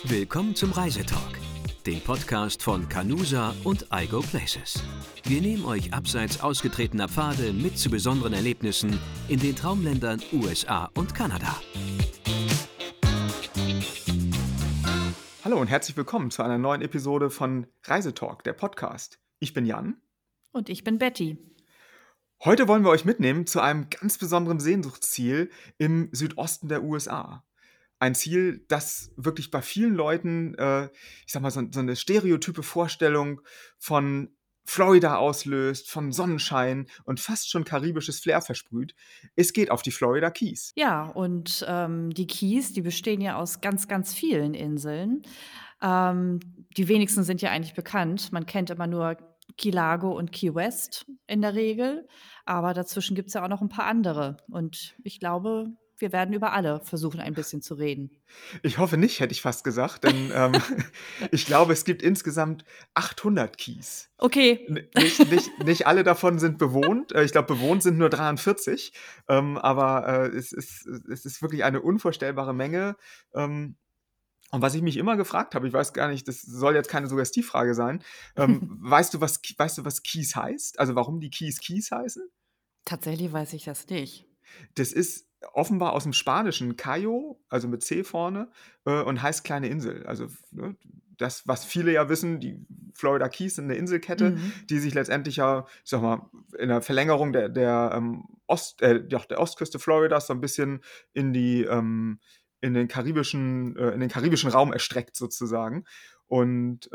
Willkommen zum Reisetalk, dem Podcast von Canusa und iGo Places. Wir nehmen euch abseits ausgetretener Pfade mit zu besonderen Erlebnissen in den Traumländern USA und Kanada. Hallo und herzlich willkommen zu einer neuen Episode von Reisetalk, der Podcast. Ich bin Jan. Und ich bin Betty. Heute wollen wir euch mitnehmen zu einem ganz besonderen Sehnsuchtsziel im Südosten der USA. Ein Ziel, das wirklich bei vielen Leuten, so eine stereotype Vorstellung von Florida auslöst, von Sonnenschein und fast schon karibisches Flair versprüht. Es geht auf die Florida Keys. Ja, und die Keys, die bestehen ja aus ganz, ganz vielen Inseln. Ähm, Die wenigsten sind ja eigentlich bekannt. Man kennt immer nur Key Largo und Key West in der Regel. Aber dazwischen gibt es ja auch noch ein paar andere. Und ich glaube, wir werden über alle versuchen, ein bisschen zu reden. Ich hoffe nicht, hätte ich fast gesagt, denn ich glaube, es gibt insgesamt 800 Keys. Okay. Nicht alle davon sind bewohnt. Ich glaube, bewohnt sind nur 43. Aber es ist wirklich eine unvorstellbare Menge. Und was ich mich immer gefragt habe, ich weiß gar nicht, das soll jetzt keine Suggestivfrage sein. Weißt du, was Keys heißt? Also warum die Keys Keys heißen? Tatsächlich weiß ich das nicht. Das ist offenbar aus dem Spanischen Cayo, also mit C vorne, und heißt kleine Insel. Also, ne, das, was viele ja wissen, die Florida Keys sind eine Inselkette, Mhm. die sich letztendlich ja, ich sag mal, in der Verlängerung der Ostküste Floridas so ein bisschen in den karibischen Raum erstreckt sozusagen. Und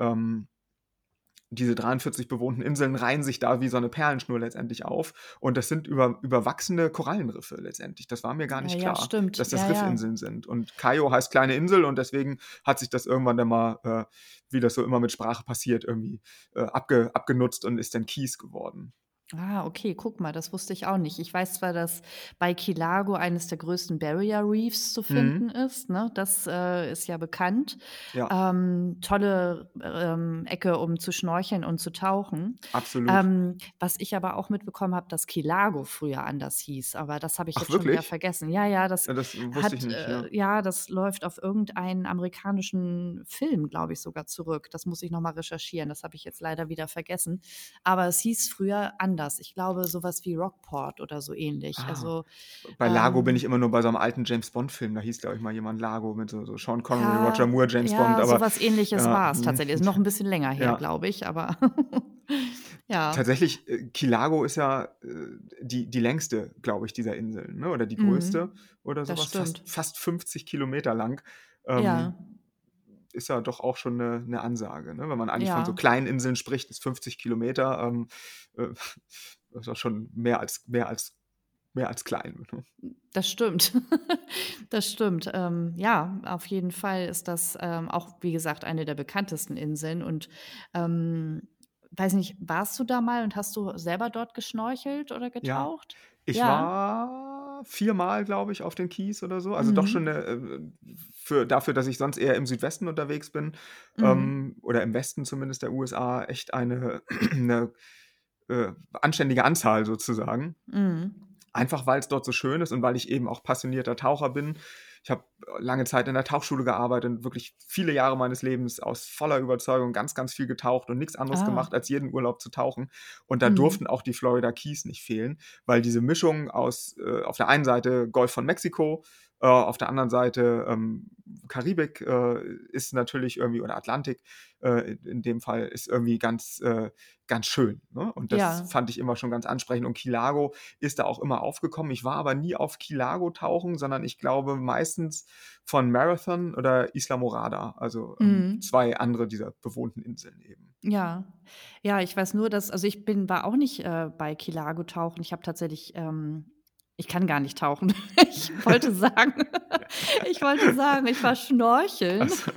diese 43 bewohnten Inseln reihen sich da wie so eine Perlenschnur letztendlich auf. Und das sind überwachsene Korallenriffe letztendlich. Das war mir gar nicht Ja, klar, stimmt. dass das Ja, ja. Riffinseln sind. Und Cayo heißt kleine Insel und deswegen hat sich das irgendwann dann mal, wie das so immer mit Sprache passiert, irgendwie abgenutzt und ist dann Keys geworden. Ah, okay, guck mal, das wusste ich auch nicht. Ich weiß zwar, dass bei Key Largo eines der größten Barrier Reefs zu finden Mhm. ist, ne? Das ist ja bekannt. Ja, Tolle Ecke, um zu schnorcheln und zu tauchen. absolut. Was ich aber auch mitbekommen habe, dass Key Largo früher anders hieß, aber das habe ich Ach, jetzt schon wieder wirklich? vergessen. Ja, ja, das Ja, das wusste ich hat, nicht, ja. ja, das läuft auf irgendeinen amerikanischen Film, glaube ich, sogar zurück. Das muss ich noch mal recherchieren. Das habe ich jetzt leider wieder vergessen. Aber es hieß früher anders. Ich glaube, sowas wie Rockport oder so ähnlich. Ah, Also, bei Lago bin ich ähm, immer nur bei so einem alten James-Bond-Film. Da hieß, glaube ich, mal jemand Lago mit so Sean Connery, Roger ja, Moore, James Bond. ja, Aber sowas Ähnliches ja, war es tatsächlich. Ist noch ein bisschen länger her, ja. glaube ich, aber ja. Tatsächlich, Key Largo ist ja die längste, glaube ich, dieser Inseln, ne? Oder die größte Mhm. oder Das sowas, stimmt. fast 50 Kilometer lang. Ja, Ist ja doch auch schon eine Ansage, ne? Wenn man eigentlich von so ja. kleinen Inseln spricht, ist 50 Kilometer, äh, ist auch schon mehr als klein. Ne? Das stimmt. Das stimmt. Ja, auf jeden Fall ist das, auch, wie gesagt, eine der bekanntesten Inseln und, weiß nicht, warst du da mal und hast du selber dort geschnorchelt oder Ja, getaucht? ich Ja. war viermal, glaube ich, auf den Keys oder so. Also doch schon Mhm. 'ne, dafür, dass ich sonst eher im Südwesten unterwegs bin, Mhm. oder im Westen zumindest der USA, echt eine 'ne, anständige Anzahl sozusagen. Mhm. Einfach weil es dort so schön ist und weil ich eben auch passionierter Taucher bin. Ich habe lange Zeit in der Tauchschule gearbeitet und wirklich viele Jahre meines Lebens aus voller Überzeugung ganz, ganz viel getaucht und nichts anderes Ah. gemacht, als jeden Urlaub zu tauchen. Und da durften Mhm. auch die Florida Keys nicht fehlen, weil diese Mischung aus, auf der einen Seite Golf von Mexiko, auf der anderen Seite, Karibik, ist natürlich irgendwie oder Atlantik, in dem Fall ist irgendwie ganz schön, ne? Und das Ja. fand ich immer schon ganz ansprechend und Key Largo ist da auch immer aufgekommen. Ich war aber nie auf Key Largo tauchen, sondern ich glaube meistens von Marathon oder Isla Morada, also, Mhm. 2 andere dieser bewohnten Inseln eben. Ja. Ja, ich weiß nur, dass also, war auch nicht, bei Key Largo tauchen. Ich habe tatsächlich ich kann gar nicht tauchen. Ich wollte sagen ich war schnorcheln, Also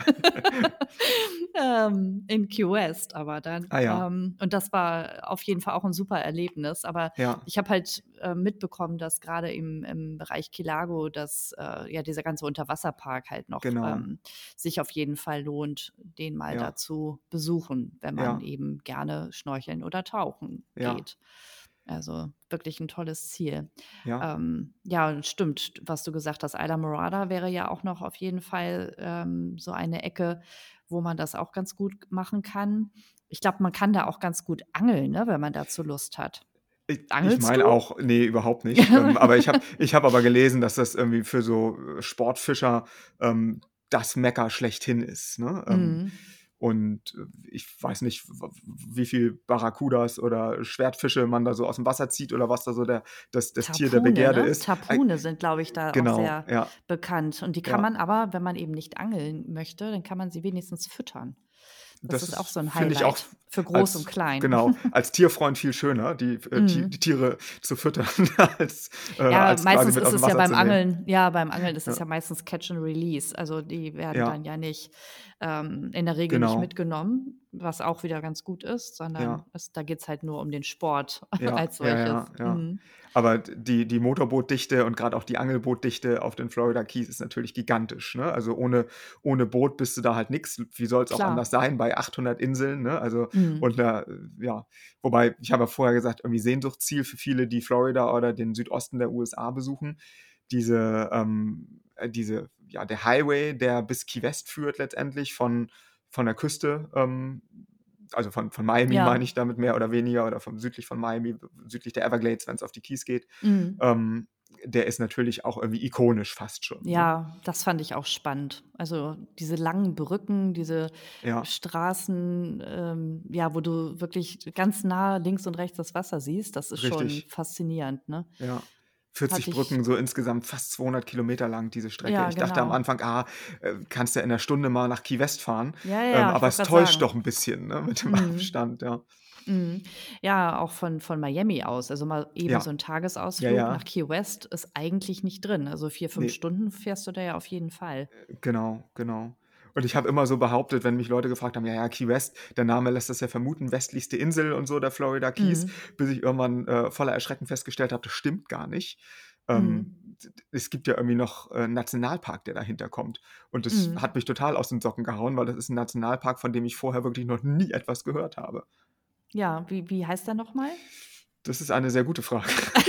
in Key West, aber dann ah ja, und das war auf jeden Fall auch 'n super Erlebnis. Aber ja, ich habe halt, mitbekommen, dass grade im Bereich Key Largo, ja, dieser ganze Unterwasserpark halt noch, genau. sich auf jeden Fall lohnt, den mal Ja, da zu besuchen, wenn man ja, eben gerne schnorcheln oder tauchen ja. geht. Also wirklich ein tolles Ziel. Ja. Ja, und stimmt, was du gesagt hast. Isla Morada wäre ja auch noch auf jeden Fall so eine Ecke, wo man das auch ganz gut machen kann. Ich glaube, man kann da auch ganz gut angeln, ne, wenn man dazu Lust hat. Ich Angelst meine du? auch, nee, überhaupt nicht. Aber ich habe aber gelesen, dass das irgendwie für so Sportfischer das Mekka schlechthin ist. Ne? Mhm. Und ich weiß nicht, wie viel Barracudas oder Schwertfische man da so aus dem Wasser zieht oder was da so das Tier der Tarpune, Begierde ne? ist. Tarpune sind, glaube ich, da auch Genau, sehr ja, bekannt. Und die kann ja. man aber, wenn man eben nicht angeln möchte, dann kann man sie wenigstens füttern. Das Das ist auch ist, so ein finde ich auch Highlight für groß und als, klein. genau, als Tierfreund viel schöner, die Mhm. Tiere zu füttern, als, Ja, als quasi meistens mit ist aus dem es ja Wasser beim zu nehmen. Angeln beim Angeln ist es Ja, ja meistens Catch and Release. Also, die werden ja, dann ja nicht in der Regel nicht genau. mitgenommen, was auch wieder ganz gut ist, Ja. sondern da geht's halt nur um den Sport Ja, als ja, ja, solches. ja. Mhm. Aber die Motorbootdichte und gerade auch die Angelbootdichte auf den Florida Keys ist natürlich gigantisch, ne? Also, ohne Boot bist du da halt nix. Wie soll's auch Klar. anders sein bei 800 Inseln, ne? Also, Mhm. und da ja, wobei ich habe ja vorher gesagt, irgendwie Sehnsuchtsziel für viele, die Florida oder den Südosten der USA besuchen, ja, der Highway, der bis Key West führt letztendlich von der Küste, also von Miami meine Ja. ich damit mehr oder weniger oder südlich von Miami, südlich der Everglades, wenn es auf die Keys geht. Mhm. Ähm, Der ist natürlich auch irgendwie ikonisch fast schon, ne? Ja, das fand ich auch spannend. Also, diese langen Brücken, diese Ja, Straßen, ja, wo du wirklich ganz nah links und rechts das Wasser siehst, das ist schon richtig, faszinierend, ne? ja. Hatte 40 ich Brücken, so insgesamt fast 200 Kilometer lang, diese Strecke. ja, Ich dachte am genau. Anfang, kannst ja in 'ner Stunde mal nach Key West fahren, Ja, ja, ja, ich aber wollte es grad täuscht sagen. doch 'n bisschen, ne, mit dem Mhm, Abstand, ja. mhm. Ja, auch von Miami aus. Also, mal eben so Ja, 'n ja, Tagesausflug nach ja, Key West ist eigentlich nicht drin. Also, 4, 5 ne. Stunden fährst du da ja auf jeden Fall. Genau, genau. Und ich habe immer so behauptet, wenn mich Leute gefragt haben: „Ja, ja, Key West, der Name lässt das ja vermuten, westlichste Insel und so der Florida Keys“, Mhm, bis ich irgendwann, voller Erschrecken festgestellt habe, das stimmt gar nicht. mhm, D Es gibt ja irgendwie noch, 'n Nationalpark, der dahinter kommt. Und das mhm. hat mich total aus den Socken gehauen, weil das ist 'n Nationalpark, von dem ich vorher wirklich noch nie etwas gehört habe. Ja, wie heißt der noch mal? Das ist eine sehr gute Frage.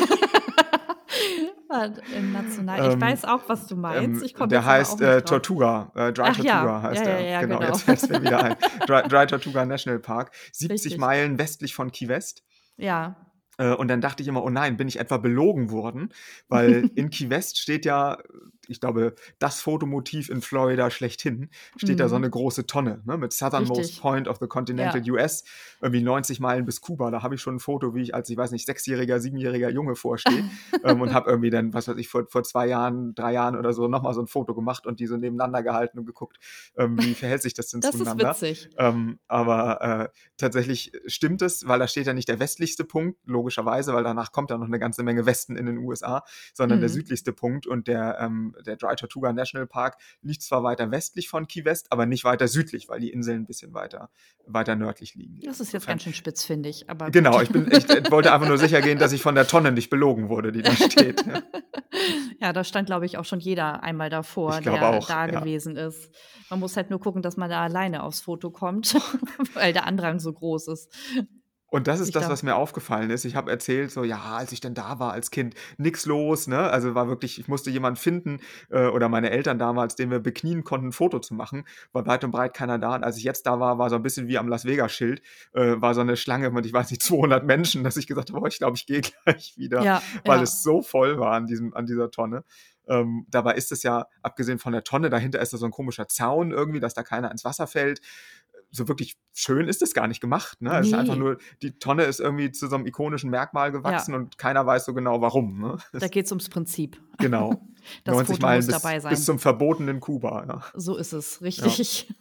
National ich Ähm, weiß auch, was du meinst. Ich komme Der jetzt aber auch heißt, nicht drauf. Tortuga, Dry Ach ja, Tortuga ja, heißt ja, er. ja, Genau, genau. jetzt fällt's mir wieder ein. Dry Tortuga National Park, 70 Richtig. Meilen westlich von Key West. Ja. Und dann dachte ich immer: „Oh nein, bin ich etwa belogen worden?“ Weil in Key West steht ja, ich glaube, das Fotomotiv in Florida schlechthin, steht da so Mhm. 'ne große Tonne, ne, mit „Southernmost Richtig. Point of the Continental Ja. US“, irgendwie 90 Meilen bis Kuba. Da habe ich schon 'n Foto, wie ich als, ich weiß nicht, sechsjähriger, siebenjähriger Junge vorstehe, und habe irgendwie dann, was weiß ich, vor 2 Jahren, 3 Jahren oder so noch mal so 'n Foto gemacht und die so nebeneinander gehalten und geguckt, wie verhält sich das denn Das ist zueinander? witzig. Aber tatsächlich stimmt es, weil da steht ja nicht der westlichste Punkt, logischerweise, weil danach kommt ja noch eine ganze Menge Westen in den USA, sondern der Mhm. südlichste Punkt, und der Dry Tortuga National Park liegt zwar weiter westlich von Key West, aber nicht weiter südlich, weil die Inseln ein bisschen weiter nördlich liegen Das eben. ist jetzt Insofern ganz schön spitzfindig, aber gut. genau, ich wollte einfach nur sicher gehen, dass ich von der Tonne nicht belogen wurde, die da steht, ja. Ja, da stand, glaube ich, auch schon jeder einmal Ich davor, glaube der auch, da ja. gewesen ist. Man muss halt nur gucken, dass man da alleine aufs Foto kommt, weil der Andrang so groß ist. Und das ist Ich das, da was mir aufgefallen ist. Ich habe erzählt, so, ja, als ich dann da war als Kind, nix los, ne? Also, war wirklich, ich musste jemanden finden, oder meine Eltern damals, den wir beknien konnten, 'n Foto zu machen. War weit und breit keiner da. Und als ich jetzt da war, war so 'n bisschen wie am Las-Vegas-Schild, war so 'ne Schlange mit, ich weiß nicht, 200 Menschen, dass ich gesagt habe: „Oh, ich glaube, ich gehe gleich wieder“, ja, weil ja, es so voll war an dieser Tonne. Dabei ist es ja, abgesehen von der Tonne, dahinter ist da so 'n komischer Zaun irgendwie, dass da keiner ins Wasser fällt. So wirklich schön ist es gar nicht gemacht, ne? Es ist einfach ne, nur, die Tonne ist irgendwie zu so 'nem ikonischen Merkmal gewachsen ja, und keiner weiß so genau warum, ne? da Das geht's ums Prinzip. genau. Das 90 Foto Meilen muss bis dabei bis sein. zum verbotenen Kuba, ja. So ist es, Ja. richtig.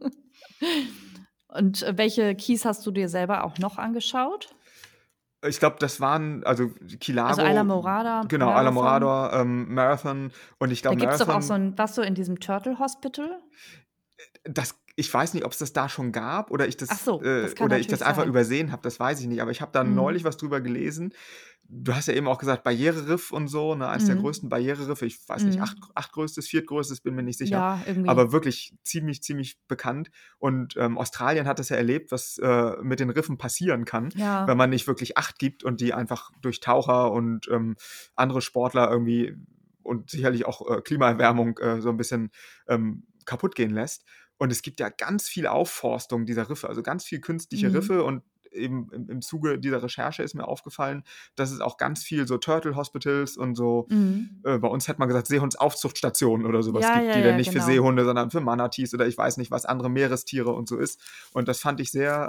Und, welche Keys hast du dir selber auch noch angeschaut? Ich glaube, das waren, also Key Also, Isla Largo, Morada, genau, Marathon. Islamorada, Marathon, und ich Da glaube gibt's doch auch so Marathon, 'n warst du in diesem Turtle Hospital? das Ich weiß nicht, ob es das da schon gab Ach so, das kann oder ich das natürlich einfach sein. übersehen habe, das weiß ich nicht. Aber ich habe da neulich Mhm. was drüber gelesen. Du hast ja eben auch gesagt, Barriereriff und so, ne, eins der Mhm. größten Barriereriffe, ich weiß nicht, Mhm. achtgrößtes, viertgrößtes, bin mir nicht sicher, Ja, irgendwie. aber wirklich ziemlich, ziemlich bekannt. Und, Australien hat das ja erlebt, was, mit den Riffen passieren kann, wenn Ja, man nicht wirklich Acht gibt und die einfach durch Taucher und, andere Sportler irgendwie und sicherlich auch, Klimaerwärmung, so ein bisschen, kaputtgehen lässt. Und es gibt ja ganz viel Aufforstung dieser Riffe, also ganz viel künstliche mhm. Riffe und eben im Zuge dieser Recherche ist mir aufgefallen, dass es auch ganz viel so Turtle Hospitals und so, Mhm. bei uns hätte man gesagt, Seehundsaufzuchtstationen oder sowas Ja, gibt, ja, die dann ja, nicht für genau. Seehunde, sondern für Manatees oder ich weiß nicht, was andere Meerestiere und so ist. Und das fand ich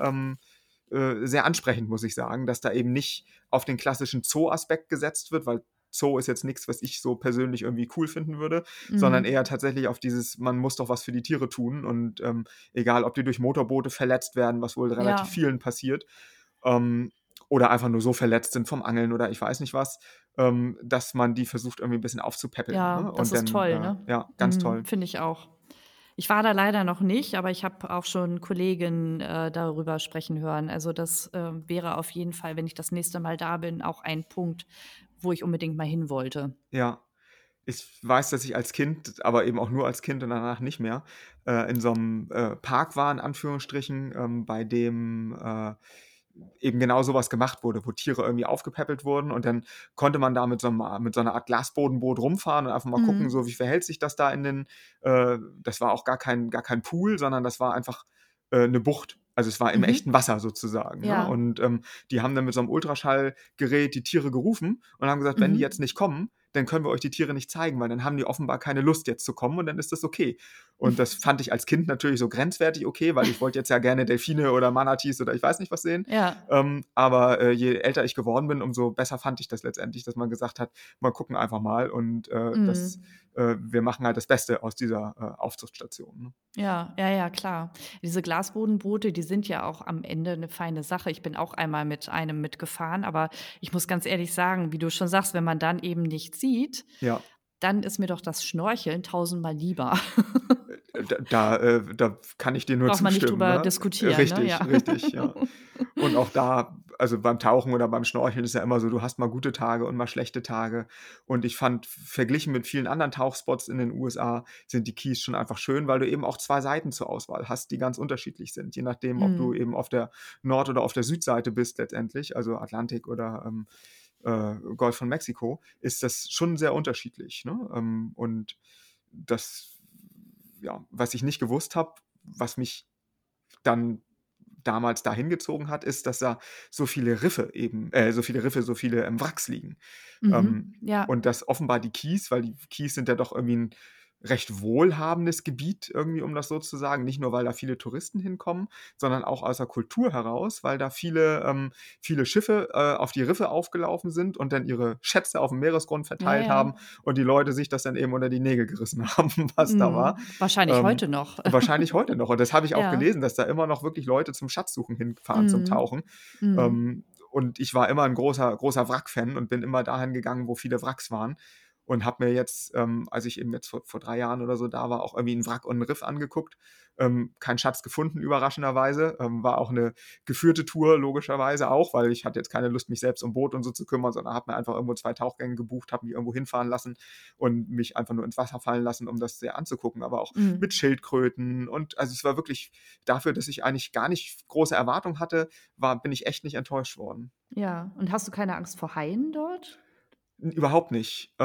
sehr ansprechend, muss ich sagen, dass da eben nicht auf den klassischen Zoo-Aspekt gesetzt wird, weil Zoo ist jetzt nichts, was ich so persönlich irgendwie cool finden würde, sondern eher Mhm. tatsächlich auf dieses, man muss doch was für die Tiere tun und egal, ob die durch Motorboote verletzt werden, was wohl relativ Ja, vielen passiert, ähm, oder einfach nur so verletzt sind vom Angeln oder ich weiß nicht was, dass man die versucht irgendwie ein bisschen aufzupäppeln, ja, ne? das Und ist dann, toll, ne? ja, ganz Mhm, toll. finde ich auch. Ich war da leider noch nicht, aber ich habe auch schon Kolleginnen, darüber sprechen hören. Also, das, wäre auf jeden Fall, wenn ich das nächste Mal da bin, auch ein Punkt, wo ich unbedingt mal hin wollte. Ja. Ich weiß, dass ich als Kind, aber eben auch nur als Kind und danach nicht mehr, in so 'nem, Park war in Anführungsstrichen, bei dem, eben genau so was gemacht wurde, wo Tiere irgendwie aufgepäppelt wurden und dann konnte man da mit so 'ner Art Glasbodenboot rumfahren und einfach mal gucken, so Mhm. wie verhält sich das da in den das war auch gar kein Pool, sondern das war einfach, 'ne Bucht. Also, es war im echten Mhm. Wasser sozusagen, ne? Ja. Und, die haben dann mit so 'nem Ultraschallgerät die Tiere gerufen und haben gesagt: „Wenn die jetzt Mhm. nicht kommen, dann können wir euch die Tiere nicht zeigen, weil dann haben die offenbar keine Lust, jetzt zu kommen und dann ist das okay." Und das fand ich als Kind natürlich so grenzwertig okay, weil ich wollte jetzt ja gerne Delfine oder Manatees oder ich weiß nicht was sehen. Ja. Aber, je älter ich geworden bin, umso besser fand ich das letztendlich, dass man gesagt hat: „Mal gucken einfach mal und, Mhm. wir machen halt das Beste aus dieser, Aufzuchtstation", ne? Ja, ja, ja, klar. Diese Glasbodenboote, die sind ja auch am Ende 'ne feine Sache. Ich bin auch einmal mit einem mitgefahren, aber ich muss ganz ehrlich sagen, wie du schon sagst, wenn man dann eben nichts sieht, Ja. dann ist mir doch das Schnorcheln tausendmal lieber. Da kann ich dir nur Braucht man nicht zustimmen, drüber ne? diskutieren, ne? Richtig, Ja. richtig, ja. Und auch da, also beim Tauchen oder beim Schnorcheln ist ja immer so, du hast mal gute Tage und mal schlechte Tage. Und ich fand, verglichen mit vielen anderen Tauchspots in den USA sind die Keys schon einfach schön, weil du eben auch 2 Seiten zur Auswahl hast, die ganz unterschiedlich sind, je nachdem, ob du Mhm. eben auf der Nord oder auf der Südseite bist letztendlich, also Atlantik oder, Golf von Mexiko, ist das schon sehr unterschiedlich, ne? Und das, ja, was ich nicht gewusst habe, was mich dann damals dahin gezogen hat, ist, dass da so viele, Wracks liegen. Ähm, Mhm. Ja. und dass offenbar die Keys, weil die Keys sind ja doch irgendwie 'n recht wohlhabendes Gebiet irgendwie, um das so zu sagen. Nicht nur, weil da viele Touristen hinkommen, sondern auch aus der Kultur heraus, weil da viele Schiffe, auf die Riffe aufgelaufen sind und dann ihre Schätze aufm Meeresgrund Ja, verteilt haben ja. und die Leute sich das dann eben unter die Nägel gerissen haben, was da war. Mhm. Wahrscheinlich Ähm, heute noch. wahrscheinlich heute noch. Und das habe ich auch Ja. gelesen, dass da immer noch wirklich Leute zum Schatzsuchen hinfahren, zum Mhm. Tauchen. Mhm. Und ich war immer 'n großer Wrack-Fan und bin immer dahin gegangen, wo viele Wracks waren und habe mir jetzt, als ich eben jetzt vor 3 Jahren oder so da war, auch irgendwie 'n Wrack und 'n Riff angeguckt. Keinen Schatz gefunden, überraschenderweise. War auch 'ne geführte Tour logischerweise auch, weil ich hatte jetzt keine Lust, mich selbst um Boot und so zu kümmern, sondern habe mir einfach irgendwo 2 Tauchgänge gebucht, habe mich irgendwo hinfahren lassen und mich einfach nur ins Wasser fallen lassen, um das sehr anzugucken, aber auch mit Mhm. Schildkröten und also, es war wirklich dafür, dass ich eigentlich gar nicht große Erwartungen hatte, bin ich echt nicht enttäuscht worden. Ja. Und hast du keine Angst vor Haien dort? Überhaupt nicht.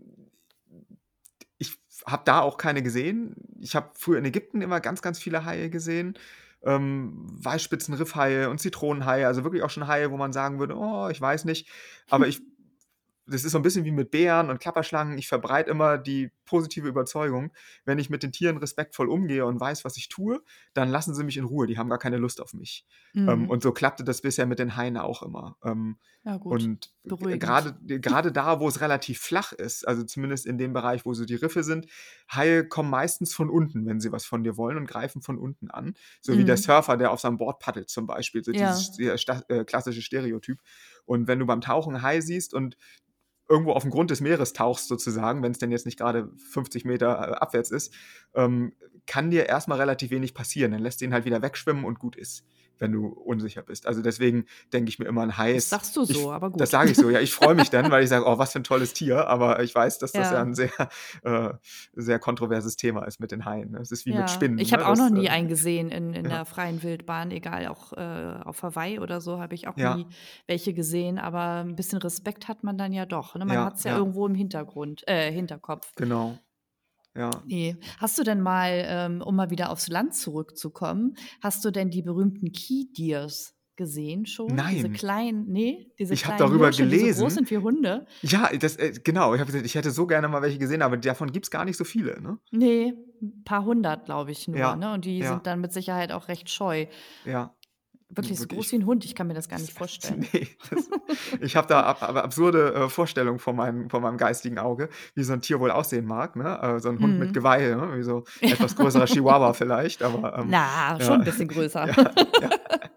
Ich habe da auch keine gesehen. Ich habe früher in Ägypten immer ganz, ganz viele Haie gesehen, Weißspitzenriffhaie und Zitronenhaie, also wirklich auch schon Haie, wo man sagen würde: „Oh, ich weiß nicht." Aber das ist so 'n bisschen wie mit Bären und Klapperschlangen. Ich verbreite immer die positive Überzeugung, wenn ich mit den Tieren respektvoll umgehe und weiß, was ich tue, dann lassen sie mich in Ruhe. Die haben gar keine Lust auf mich. Und Mhm. so klappte das bisher mit den Haien auch immer. Ja gut, Und beruhigend. grade da, wo es relativ flach ist, also zumindest in dem Bereich, wo so die Riffe sind, Haie kommen meistens von unten, wenn sie was von dir wollen und greifen von unten an, so wie der Mhm. Surfer, der auf seinem Board paddelt zum Beispiel, so dieses Ja. sehr klassische Stereotyp. Und wenn du beim Tauchen 'n Hai siehst und irgendwo auf dem Grund des Meeres tauchst sozusagen, wenn es denn jetzt nicht gerade 50 Meter, abwärts ist, kann dir erstmal relativ wenig passieren. Dann lässt du ihn halt wieder wegschwimmen und gut ist, wenn du unsicher bist. Also deswegen denke ich mir immer, ein Hai Das ist, sagst du so, aber das gut. sage ich so, ja, ich freue mich dann, weil ich sage, oh, was für ein tolles Tier, aber ich weiß, dass das ja Ja. ein äh, sehr kontroverses Thema ist mit den Haien. Ne? Es ist wie mit Ja, Spinnen, ich ne? habe auch noch Das, nie einen gesehen in ja, der freien Wildbahn, egal, auch auf Hawaii oder so habe ich auch ja, nie welche gesehen, aber ein bisschen Respekt hat man dann ja doch, ne? Man ja, hat es ja ja, irgendwo im Hinterkopf. genau, ja. Ne. Hast du denn mal, um mal wieder aufs Land zurückzukommen, hast du denn die berühmten Key Deers gesehen schon? Diese Nein, kleinen, ne, diese ich habe kleinen darüber Hirsche, die so groß gelesen. sind wie Hunde? Ja, das, genau, ich habe gesagt, ich hätte so gerne mal welche gesehen, aber davon gibt's gar nicht so viele, ne? Ne, 'n paar hundert, glaube ich nur, Ja, ne? Und die ja, sind dann mit Sicherheit auch recht scheu. ja. Wirklich so Gut, groß wie 'n Hund, ich kann mir das gar nicht vorstellen. ne, ich habe da aber absurde, Vorstellungen vor meinem geistigen Auge, wie so 'n Tier wohl aussehen mag, ne? So 'n Hund mit Mhm. Geweih, ne? Wie so etwas größerer Chihuahua vielleicht, aber, Na, schon 'n ja, bisschen größer. ja, ja,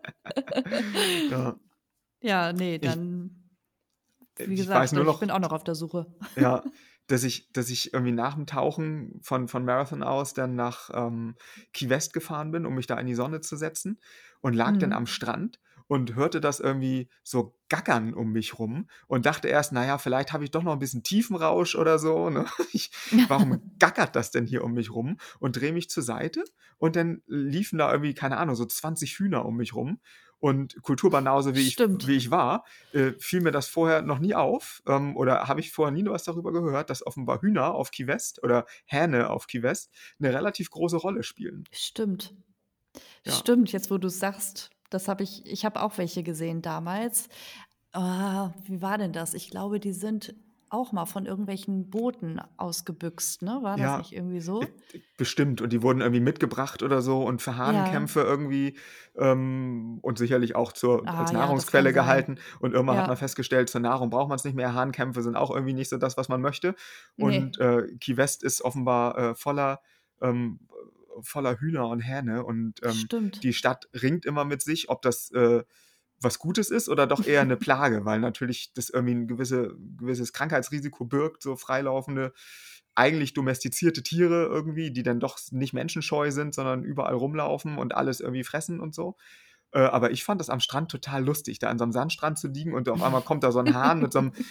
ja. Ja, ne, Ich dann wie ich weiß gesagt, nur ich noch, bin auch noch auf der Suche. ja, dass ich irgendwie nach dem Tauchen von Marathon aus dann nach, Key West gefahren bin, um mich da in die Sonne zu setzen und lag dann am Mhm. Strand und hörte das irgendwie so gackern um mich rum und dachte erst: „Na ja, vielleicht habe ich doch noch 'n bisschen Tiefenrausch oder so, ne? Ich Warum gackert das denn hier um mich rum?“ Und drehe mich zur Seite und dann liefen da irgendwie, keine Ahnung, so 20 Hühner um mich rum und Kulturbanause, Stimmt. wie ich war, fiel mir das vorher noch nie auf, oder habe ich vorher nie was darüber gehört, dass offenbar Hühner auf Key West oder Hähne auf Key West 'ne relativ große Rolle spielen. Stimmt. Ja. Stimmt, jetzt wo du's sagst, das habe ich habe auch welche gesehen damals. Wie war denn das? Ich glaube, die sind auch mal von irgendwelchen Booten ausgebüxt, ne? War das Ja, nicht irgendwie so? bestimmt. Und die wurden irgendwie mitgebracht oder so und für Ja. Hahnenkämpfe irgendwie, und sicherlich auch als Ah ja, das kann Nahrungsquelle sein. gehalten. Und irgendwann hat man Ja. festgestellt, zur Nahrung braucht man's nicht mehr. Hahnenkämpfe sind auch irgendwie nicht so das, was man möchte. Ne, Und, Key West ist offenbar, ähm, voller Hühner und Hähne und, stimmt. die Stadt ringt immer mit sich, ob das, was Gutes ist oder doch eher 'ne Plage, weil natürlich das irgendwie 'n gewisses Krankheitsrisiko birgt, so freilaufende, eigentlich domestizierte Tiere irgendwie, die dann doch nicht menschenscheu sind, sondern überall rumlaufen und alles irgendwie fressen und so. Aber ich fand das am Strand total lustig, da an so 'nem Sandstrand zu liegen und auf einmal kommt da so 'n Hahn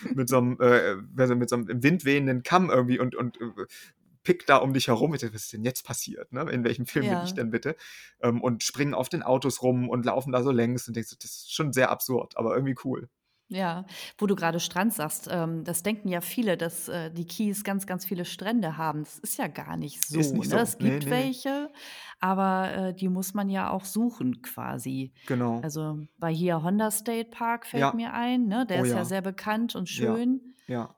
mit so 'nem im Wind wehenden Kamm irgendwie und pickt da um dich herum. Ich dachte: „Was ist denn jetzt passiert, ne? In welchem Film bin ich Ja. denn bitte?“ Und springen auf den Autos rum und laufen da so längs und denkst so: „Das ist schon sehr absurd, aber irgendwie cool.“ Ja, wo du gerade Strand sagst, das denken ja viele, dass, die Keys ganz, ganz viele Strände haben. Das ist ja gar nicht Ist so, nicht ne? so. Es Ne, gibt ne, welche, aber, die muss man ja auch suchen quasi. genau. Also, bei hier Honda State Park fällt Ja. mir ein, ne? Der Oh ist ja ja. sehr bekannt und Ja. schön. Ja.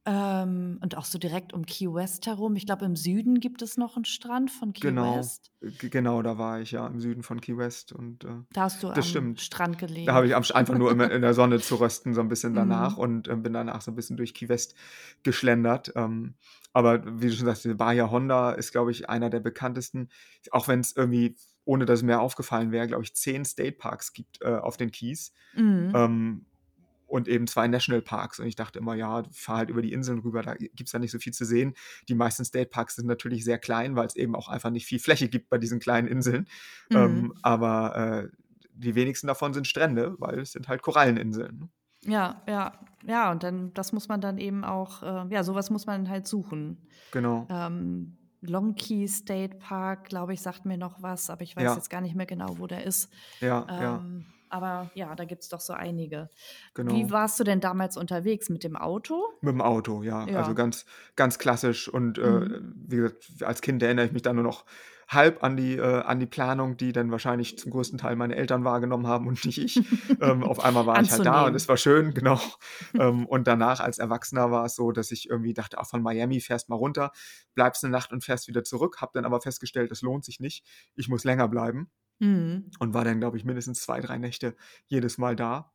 Und auch so direkt um Key West herum. Ich glaube, im Süden gibt es noch einen Strand von Key Genau. West. Genau, da war ich, ja, im Süden von Key West und, Da hast du das am stimmt. Strand Da gelegen. habe ich einfach nur immer in der Sonne zu rösten so 'n bisschen danach Mhm. und, bin danach so 'n bisschen durch Key West geschlendert. Aber wie du schon sagst, diese Bahia Honda ist, glaube ich, einer der bekanntesten, auch wenn's irgendwie, ohne dass es mir aufgefallen wäre, glaube ich, 10 State Parks gibt, auf den Keys. Mhm. Ähm, und eben 2 Nationalparks. Und ich dachte immer: „Ja, fahr halt über die Inseln rüber, da gibt's ja nicht so viel zu sehen.“ Die meisten State Parks sind natürlich sehr klein, weil's eben auch einfach nicht viel Fläche gibt bei diesen kleinen Inseln. Mhm. Aber, die wenigsten davon sind Strände, weil es sind halt Koralleninseln, ne? Ja, ja. Ja, und dann das muss man dann eben auch ja, so was muss man halt suchen. Genau. Long Key State Park, glaube ich, sagt mir noch was, aber ich weiß Ja, jetzt gar nicht mehr genau, wo der ist. ja, ja, Aber ja, da gibt's doch so einige. Wie genau. warst du denn damals unterwegs? Mit dem Auto? Mit'm Auto, ja. Also, Ja. ganz klassisch und, Mhm. wie gesagt, als Kind erinnere ich mich da nur noch halb an die Planung, die dann wahrscheinlich zum größten Teil meine Eltern wahrgenommen haben und nicht ich. Auf einmal war ich halt da und es Anzunehmen. war schön, genau. Und danach als Erwachsener war es so, dass ich irgendwie dachte: „Ach, von Miami fährst mal runter, bleibst 'ne Nacht und fährst wieder zurück.“ Habe dann aber festgestellt, das lohnt sich nicht. Ich muss länger bleiben Mhm. und war dann, glaube ich, mindestens 2, 3 Nächte jedes Mal da,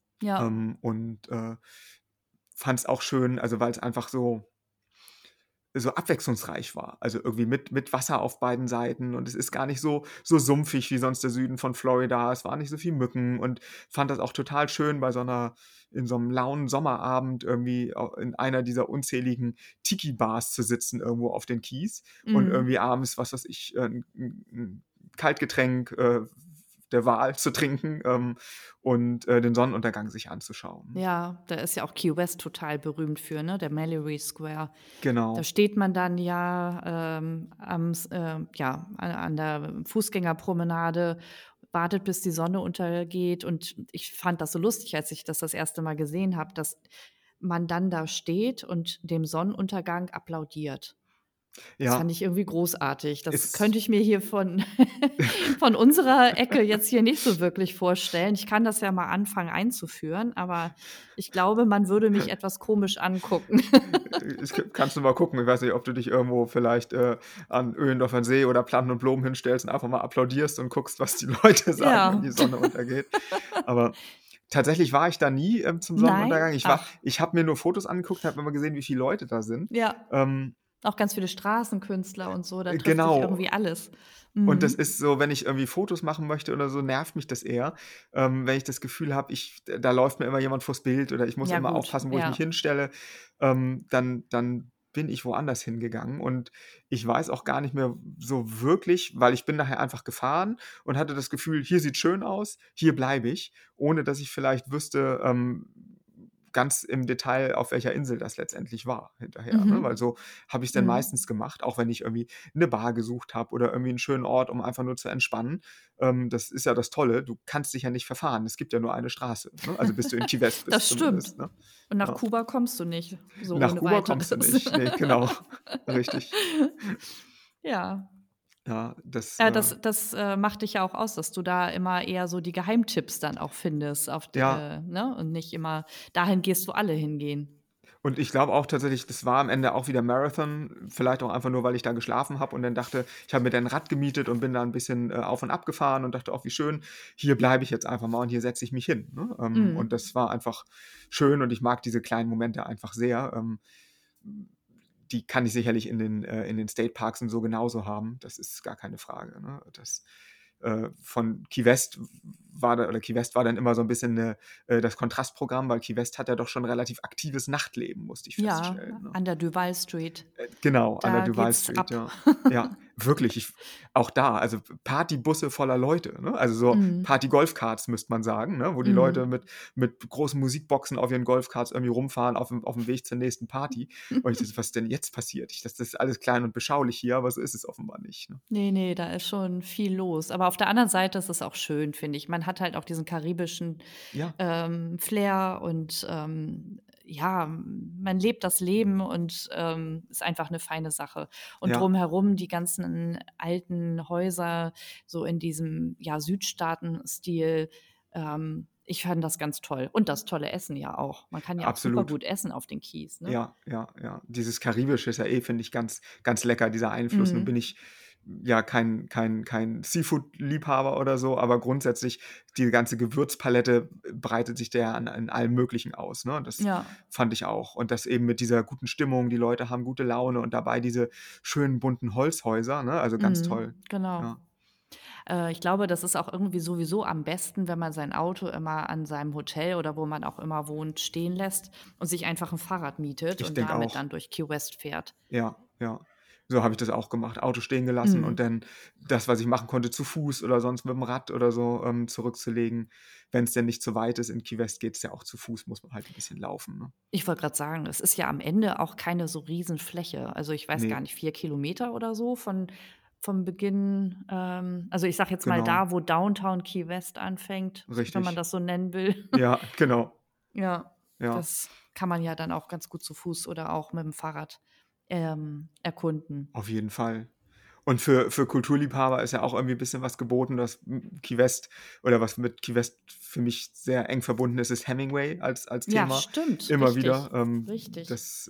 Ja. und, fand es auch schön, also, weil's einfach so, so abwechslungsreich war. Also irgendwie mit Wasser auf beiden Seiten und es ist gar nicht so sumpfig wie sonst der Süden von Florida. Es waren nicht so viel Mücken und fand das auch total schön bei in so einem lauen Sommerabend irgendwie in einer dieser unzähligen Tiki-Bars zu sitzen irgendwo auf den Keys und Mhm. irgendwie abends, was weiß ich, 'n Kaltgetränk, der Wahl zu trinken, und, den Sonnenuntergang sich anzuschauen, ne? Ja, da ist ja auch Key West total berühmt für, ne, der Mallory Square. Da Genau. steht man dann ja, ja, an der Fußgängerpromenade, wartet, bis die Sonne untergeht und ich fand das so lustig, als ich das erste Mal gesehen habe, dass man dann da steht und dem Sonnenuntergang applaudiert. Das fand Ja, ich irgendwie großartig. Das könnte ist ich mir hier von von unserer Ecke jetzt hier nicht so wirklich vorstellen. Ich kann das ja mal anfangen einzuführen, aber ich glaube, man würde mich etwas komisch angucken. kannst du mal gucken. Ich weiß nicht, ob du dich irgendwo vielleicht, an Öhlendorfer See oder Planten und Blumen hinstellst und einfach mal applaudierst und guckst, was die Leute sagen, wenn Ja. die Sonne untergeht. Aber tatsächlich war ich da nie, zum Nein? Sonnenuntergang. Ach, Ich habe mir nur Fotos angeguckt, habe immer gesehen, wie viele Leute da sind. ja. Ähm, Auch ganz viele Straßenkünstler und so, da trifft sich genau. irgendwie alles. Und das Mhm. ist so, wenn ich irgendwie Fotos machen möchte oder so, nervt mich das eher, wenn ich das Gefühl habe, da läuft mir immer jemand vors Bild oder ich muss Ja immer gut, aufpassen, wo ich mich ja. hinstelle, dann bin ich woanders hingegangen und ich weiß auch gar nicht mehr so wirklich, weil ich bin nachher einfach gefahren und hatte das Gefühl: „Hier sieht schön aus, hier bleibe ich“, ohne dass ich vielleicht wüsste, ganz im Detail, auf welcher Insel das letztendlich war hinterher, ne? Weil Mhm. so habe ich's dann Mhm. meistens gemacht, auch wenn ich irgendwie 'ne Bar gesucht habe oder irgendwie 'n schönen Ort, um einfach nur zu entspannen. Das ist ja das Tolle, du kannst dich ja nicht verfahren. Es gibt ja nur eine Straße, ne? Also, bis du in Key West bist Das stimmt. zumindest, ne? Und nach Ja. Kuba kommst du nicht so Nach ohne Kuba kommst du Weiteres. nicht. Ne, genau. Richtig. Ja. Ja, das, Das macht dich ja auch aus, dass du da immer eher so die Geheimtipps dann auch findest ja. ne, und nicht immer dahin gehst, wo alle hingehen. Und ich glaube auch tatsächlich, das war am Ende auch wieder Marathon, vielleicht auch einfach nur, weil ich da geschlafen habe und dann dachte, ich habe mir dann 'n Rad gemietet und bin da 'n bisschen, auf und ab gefahren und dachte: „Ach, wie schön, hier bleibe ich jetzt einfach mal und hier setze ich mich hin“, ne? Und Mhm. das war einfach schön und ich mag diese kleinen Momente einfach sehr. Die kann ich sicherlich in den State Parks und so genauso haben. Das ist gar keine Frage, ne? Von Key West Key West war dann immer so 'n bisschen das Kontrastprogramm, weil Key West hat ja doch schon relativ aktives Nachtleben, musste ich Ja, feststellen, ne? an der Duval Street, Genau, an der da Duval geht's Street, ab. ja. Ja, wirklich, auch da, also Partybusse voller Leute, ne? Also so Mhm. Party-Golfkarts, müsste man sagen, ne? Wo die Leute Mhm. mit großen Musikboxen auf ihren Golfkarts irgendwie rumfahren auf dem Weg zur nächsten Party. Und ich dachte: „Was ist denn jetzt passiert?“ Das ist alles klein und beschaulich hier, aber so ist es offenbar nicht, ne? Ne, da ist schon viel los. Aber auf der anderen Seite ist es auch schön, finde ich. Man hat halt auch diesen karibischen, Ja, Flair und, ja, man lebt das Leben und, ist einfach 'ne feine Sache. Und ja, drumherum die ganzen alten Häuser so in diesem, ja, Südstaatenstil, ich fand das ganz toll. Und das tolle Essen ja auch. Man kann ja auch super absolut. gut essen auf den Kies, ne? Ja, ja, ja. Dieses Karibische ist ja finde ich, ganz ganz lecker, dieser Einfluss. Nun bin Mhm. ich ja kein Seafood-Liebhaber oder so, aber grundsätzlich die ganze Gewürzpalette breitet sich da ja an in allem Möglichen aus, ne? Und das Ja. fand ich auch. Und das eben mit dieser guten Stimmung, die Leute haben gute Laune und dabei diese schönen bunten Holzhäuser, ne? Also ganz toll. Genau. Ja. Ich glaube, das ist auch irgendwie sowieso am besten, wenn man sein Auto immer an seinem Hotel oder wo man auch immer wohnt, stehen lässt und sich einfach 'n Fahrrad mietet Ich und denke damit auch. dann durch Key West fährt. Ja, ja. So habe ich das auch gemacht. Auto stehen gelassen und Mhm. dann das, was ich machen konnte, zu Fuß oder sonst mit dem Rad oder so, zurückzulegen. Wenn's denn nicht zu weit ist, in Key West geht's ja auch zu Fuß, muss man halt 'n bisschen laufen, ne? Ich wollte grad sagen, es ist ja am Ende auch keine so Riesenfläche. Also, ich weiß gar Ne, nicht, 4 Kilometer oder so vom Beginn also, ich sage jetzt mal genau, da, wo Downtown Key West anfängt, wenn man richtig. das so nennen will. Ja, genau, Ja, ja, das kann man ja dann auch ganz gut zu Fuß oder auch mit'm Fahrrad, erkunden. auf jeden Fall. Und für Kulturliebhaber ist ja auch irgendwie 'n bisschen was geboten, Key West oder was mit Key West für mich sehr eng verbunden ist Hemingway als Ja, Thema stimmt, immer wieder. richtig, richtig. Das,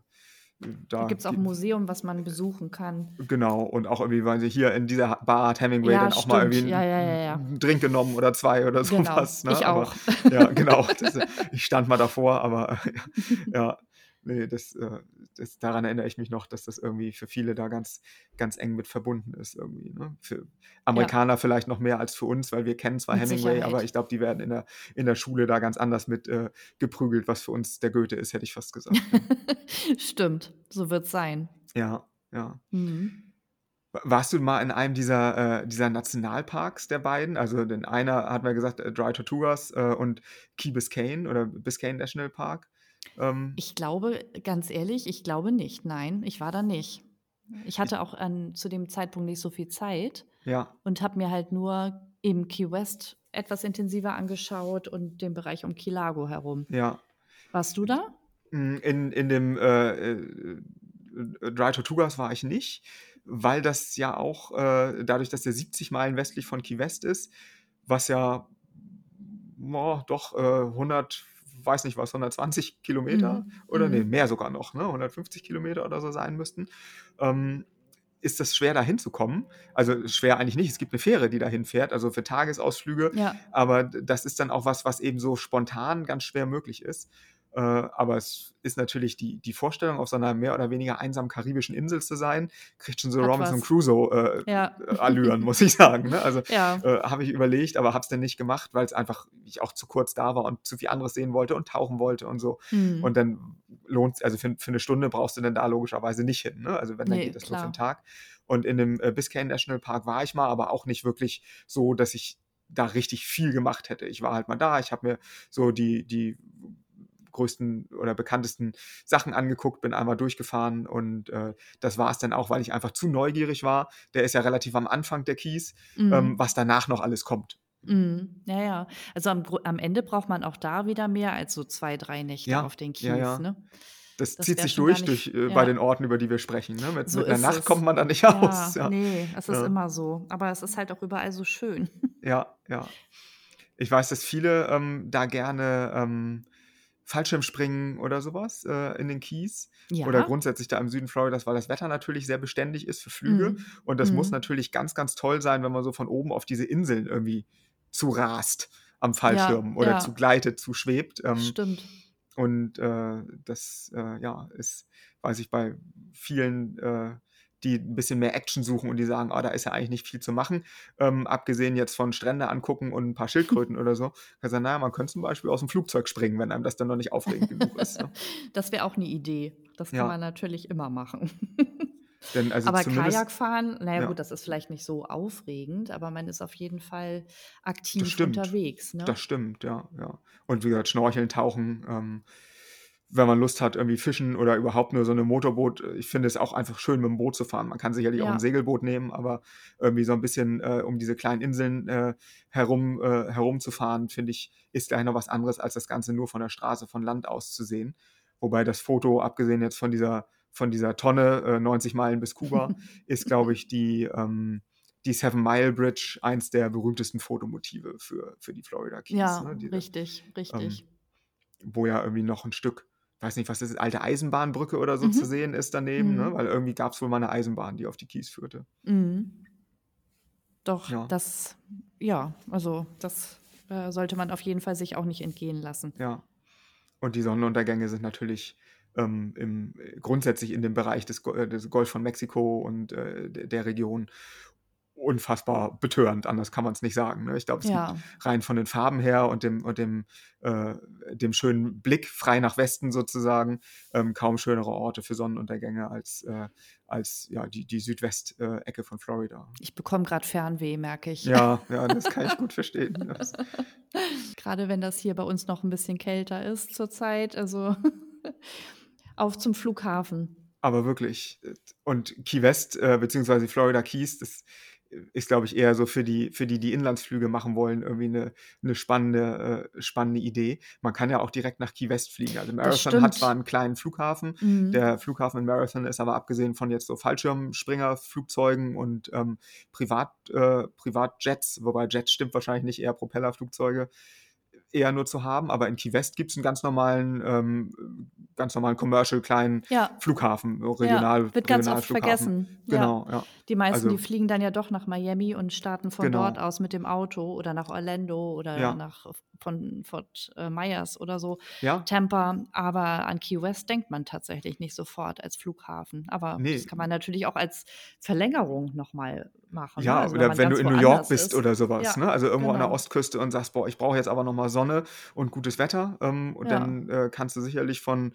Da da gibt's auch 'n Museum, was man besuchen kann. Genau, und auch irgendwie, weil sie hier in dieser Bar hat Hemingway Ja, dann auch mal irgendwie stimmt. Ja, 'n ja, ja, 'n ja. 'n Drink genommen oder 2 oder so Genau, was, ne? ich Aber auch. ja, genau, ich stand mal davor, aber ja. Ne, daran erinnere ich mich noch, dass das irgendwie für viele da ganz ganz eng mit verbunden ist irgendwie, ne? Für Ja, Amerikaner vielleicht noch mehr als für uns, weil wir kennen zwar mit Hemingway, aber Sicherheit. ich glaube, die werden in der Schule da ganz anders mit, geprügelt, was für uns der Goethe ist, hätte ich fast gesagt, ja. Stimmt, so wird's sein. Ja, ja. Mhm. Warst du mal in einem dieser Nationalparks der beiden? Also, den einer hatten wir gesagt, Dry Tortugas, und Key Biscayne oder Biscayne National Park. Ähm, Ich glaube, ganz ehrlich, ich glaube nicht. Nein, ich war da nicht. Ich ich hatte auch zu dem Zeitpunkt nicht so viel Zeit ja, und habe mir halt nur eben Key West etwas intensiver angeschaut und den Bereich um Key Largo herum. ja. Warst du da? In dem, Dry Tortugas war ich nicht, weil das ja auch, dadurch, dass der 70 Meilen westlich von Key West ist, was ja, doch, 100, weiß nicht was, 120 Kilometer Mhm. oder ne, Mhm. mehr sogar noch, ne, 150 Kilometer oder so sein müssten, ähm, ist das schwer, da hinzukommen. Also, schwer eigentlich nicht. Es gibt 'ne Fähre, die dahin fährt, also für Tagesausflüge, Ja, aber das ist dann auch was eben so spontan ganz schwer möglich ist. Aber es ist natürlich die Vorstellung, auf so einer mehr oder weniger einsamen karibischen Insel zu sein, kriegt schon so hat Robinson was. Crusoe, Ja. Allüren, muss ich sagen, ne? Also, Ja. habe ich überlegt, aber habe es dann nicht gemacht, weil's einfach ich auch zu kurz da war und zu viel anderes sehen wollte und tauchen wollte und so. Und Mhm. dann lohnt's, also für 'ne Stunde brauchst du dann da logischerweise nicht hin, ne? Also, wenn, dann Ne, geht das nur für 'n klar. Tag. Und in dem, Biscayne National Park war ich mal, aber auch nicht wirklich so, dass ich da richtig viel gemacht hätte. Ich war halt mal da, ich habe mir so die größten oder bekanntesten Sachen angeguckt, bin einmal durchgefahren und, das war's dann auch, weil ich einfach zu neugierig war. Der ist ja relativ am Anfang der Keys, was Mhm. danach noch alles kommt. Mhm. Ja, ja. Also, am Ende braucht man auch da wieder mehr als so 2, 3 Nächte Ja, auf den ja, Kies, ja. ne? Das Das zieht wäre sich schon gar durch nicht bei den ja, Orten, über die wir sprechen, ne? Mit so mit 'ner ist Nacht kommt es. man da nicht aus, Ja, ja. ne, es ist Ja, immer so. Aber es ist halt auch überall so schön. ja, ja. Ich weiß, dass viele, da gerne, Fallschirmspringen oder sowas in den Keys oder Ja. grundsätzlich da im Süden Floridas, weil das Wetter natürlich sehr beständig ist für Flüge. Mhm. Und das muss Mhm. natürlich ganz, ganz toll sein, wenn man so von oben auf diese Inseln irgendwie zurast am Ja, Fallschirm oder ja, zugleitet, zuschwebt. stimmt. Und, das, ja, ist, weiß ich, bei vielen, die 'n bisschen mehr Action suchen und die sagen: „Ah, da ist ja eigentlich nicht viel zu machen." Abgesehen jetzt von Strände angucken und 'n paar Schildkröten oder so. Kannst du sagen: „Na ja, man könnte zum Beispiel aus'm Flugzeug springen, wenn einem das dann noch nicht aufregend genug ist", ne? Das wäre auch 'ne Idee. Das kann man Ja, natürlich immer machen. denn also Aber zumindest Kajakfahren, na ja ja, gut, das ist vielleicht nicht so aufregend, aber man ist auf jeden Fall das aktiv stimmt. unterwegs, ne? Das stimmt, ja, ja. Und wie gesagt, Schnorcheln, Tauchen, wenn man Lust hat, irgendwie fischen oder überhaupt nur so 'ne Motorboot, ich finde es auch einfach schön, mit'm Boot zu fahren. Man kann sicherlich auch 'n Ja. Segelboot nehmen, aber irgendwie so 'n bisschen, um diese kleinen Inseln, herumzufahren, finde ich, ist gleich noch was anderes, als das Ganze nur von der Straße von Land aus zu sehen. Wobei das Foto, abgesehen jetzt von dieser Tonne, 90 Meilen bis Kuba, ist, glaube ich, die Seven Mile Bridge eins der berühmtesten Fotomotive für die Florida Keys, Ja, ne? Diese, richtig, ähm richtig. wo ja irgendwie noch 'n Stück, weiß nicht, was das ist, alte Eisenbahnbrücke oder so zu Mhm. sehen ist daneben, ne? Mhm. Weil irgendwie gab's wohl mal 'ne Eisenbahn, die auf die Kies führte. Mhm. Doch, Ja, das ja, also, das, sollte man auf jeden Fall sich auch nicht entgehen lassen. ja. Und die Sonnenuntergänge sind natürlich, grundsätzlich in dem Bereich des Golf von Mexiko und, der Region unfassbar betörend, anders kann man's nicht sagen, ne? Ich glaube, es gibt Ja, rein von den Farben her und dem schönen Blick frei nach Westen sozusagen, kaum schönere Orte für Sonnenuntergänge als ja, die Südwest Ecke von Florida. ich bekomme grad Fernweh, merke ich. Ja, ja, das kann ich gut verstehen. Grade wenn das hier bei uns noch 'n bisschen kälter ist zurzeit, also auf zum Flughafen. Aber wirklich, und Key West, beziehungsweise Florida Keys, das ist, glaube ich, eher so für die Inlandsflüge machen wollen, irgendwie 'ne spannende Idee. Man kann ja auch direkt nach Key West fliegen. Also, Das Marathon hat zwar stimmt. 'n kleinen Flughafen, Mhm. der Flughafen in Marathon ist aber abgesehen von jetzt so Fallschirmspringerflugzeugen und, Privatjets, wobei Jets stimmt wahrscheinlich nicht, eher Propellerflugzeuge, eher nur zu haben, aber in Key West gibt es einen ganz normalen Commercial kleinen Ja. Flughafen, Ja, wird ganz oft Regionalflughafen. vergessen. Ja. Genau, ja. Die meisten, die Also, fliegen dann ja doch nach Miami und starten von dort genau, aus mit dem Auto oder nach Orlando oder ja, von Fort Myers oder so, ja, Tampa. Aber an Key West denkt man tatsächlich nicht sofort als Flughafen. Aber das nee, kann man natürlich auch als Verlängerung nochmal machen, ne? ja, Also wenn oder man wenn du ganz in New York woanders bist ist. oder sowas, Ja, ne? Also irgendwo an der genau. Ostküste und sagst, boah, ich brauche jetzt aber noch mal Sonne und gutes Wetter, und Ja, dann kannst du sicherlich von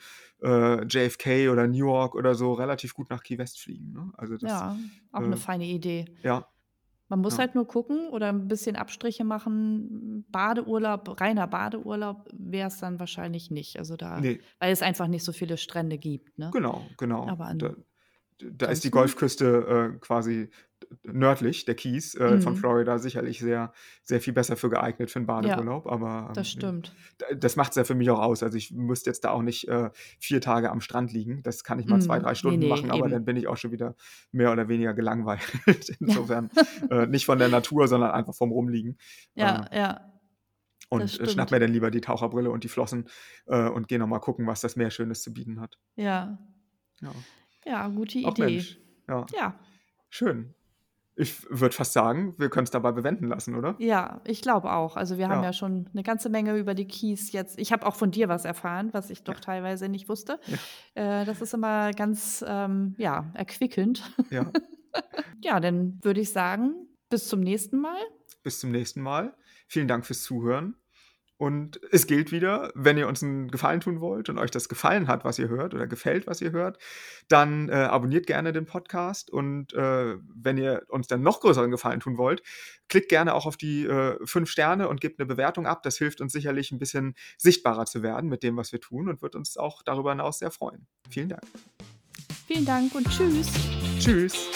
JFK oder Newark oder so relativ gut nach Key West fliegen, ne? Also das, ja, auch eine äh, feine Idee. ja, Man muss ja, halt nur gucken oder ein bisschen Abstriche machen. Badeurlaub, reiner Badeurlaub wäre es dann wahrscheinlich nicht. Also da, ne, weil es einfach nicht so viele Strände gibt, ne? genau, genau. Aber Da ist die ansonsten, Golfküste quasi nördlich der Keys von mhm, Florida sicherlich sehr, sehr viel besser für geeignet für einen ja, Badeurlaub. Aber das stimmt. das macht es ja für mich auch aus. Also ich müsste jetzt da auch nicht 4 Tage am Strand liegen. Das kann ich mal 2, 3 Ne, Stunden ne, machen, aber dann eben. bin ich auch schon wieder mehr oder weniger gelangweilt. Ja, Insofern nicht von der Natur, sondern einfach vom Rumliegen. Äh, ja, das und schnapp stimmt. mir dann lieber die Taucherbrille und die Flossen und gehe noch mal gucken, was das Meer Schönes zu bieten hat. Ja, Ja. ja, gute Ach Idee. Mensch, ja, Ja, schön. Ich würde fast sagen, wir können es dabei bewenden lassen, oder? ja, ich glaube auch. Also wir haben Ja, ja schon eine ganze Menge über die Keys jetzt. Ich habe auch von dir was erfahren, was ich ja, doch teilweise nicht wusste. ja, Das ist immer ganz, ja, erquickend. ja. Ja, dann würde ich sagen, bis zum nächsten Mal. Bis zum nächsten Mal. Vielen Dank fürs Zuhören. Und es gilt wieder, wenn ihr uns einen Gefallen tun wollt und euch das gefallen hat, was ihr hört oder gefällt, was ihr hört, dann abonniert gerne den Podcast. Und wenn ihr uns dann noch größeren Gefallen tun wollt, klickt gerne auch auf die 5 Sterne und gebt eine Bewertung ab. Das hilft uns sicherlich ein bisschen sichtbarer zu werden mit dem, was wir tun und wird uns auch darüber hinaus sehr freuen. Vielen Dank. Vielen Dank und tschüss. Tschüss.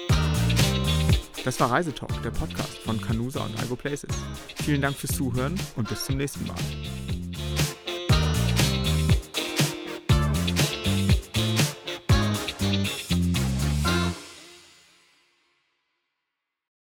Das war Reisetalk, der Podcast von Canusa und Igo Places. Vielen Dank fürs Zuhören und bis zum nächsten Mal.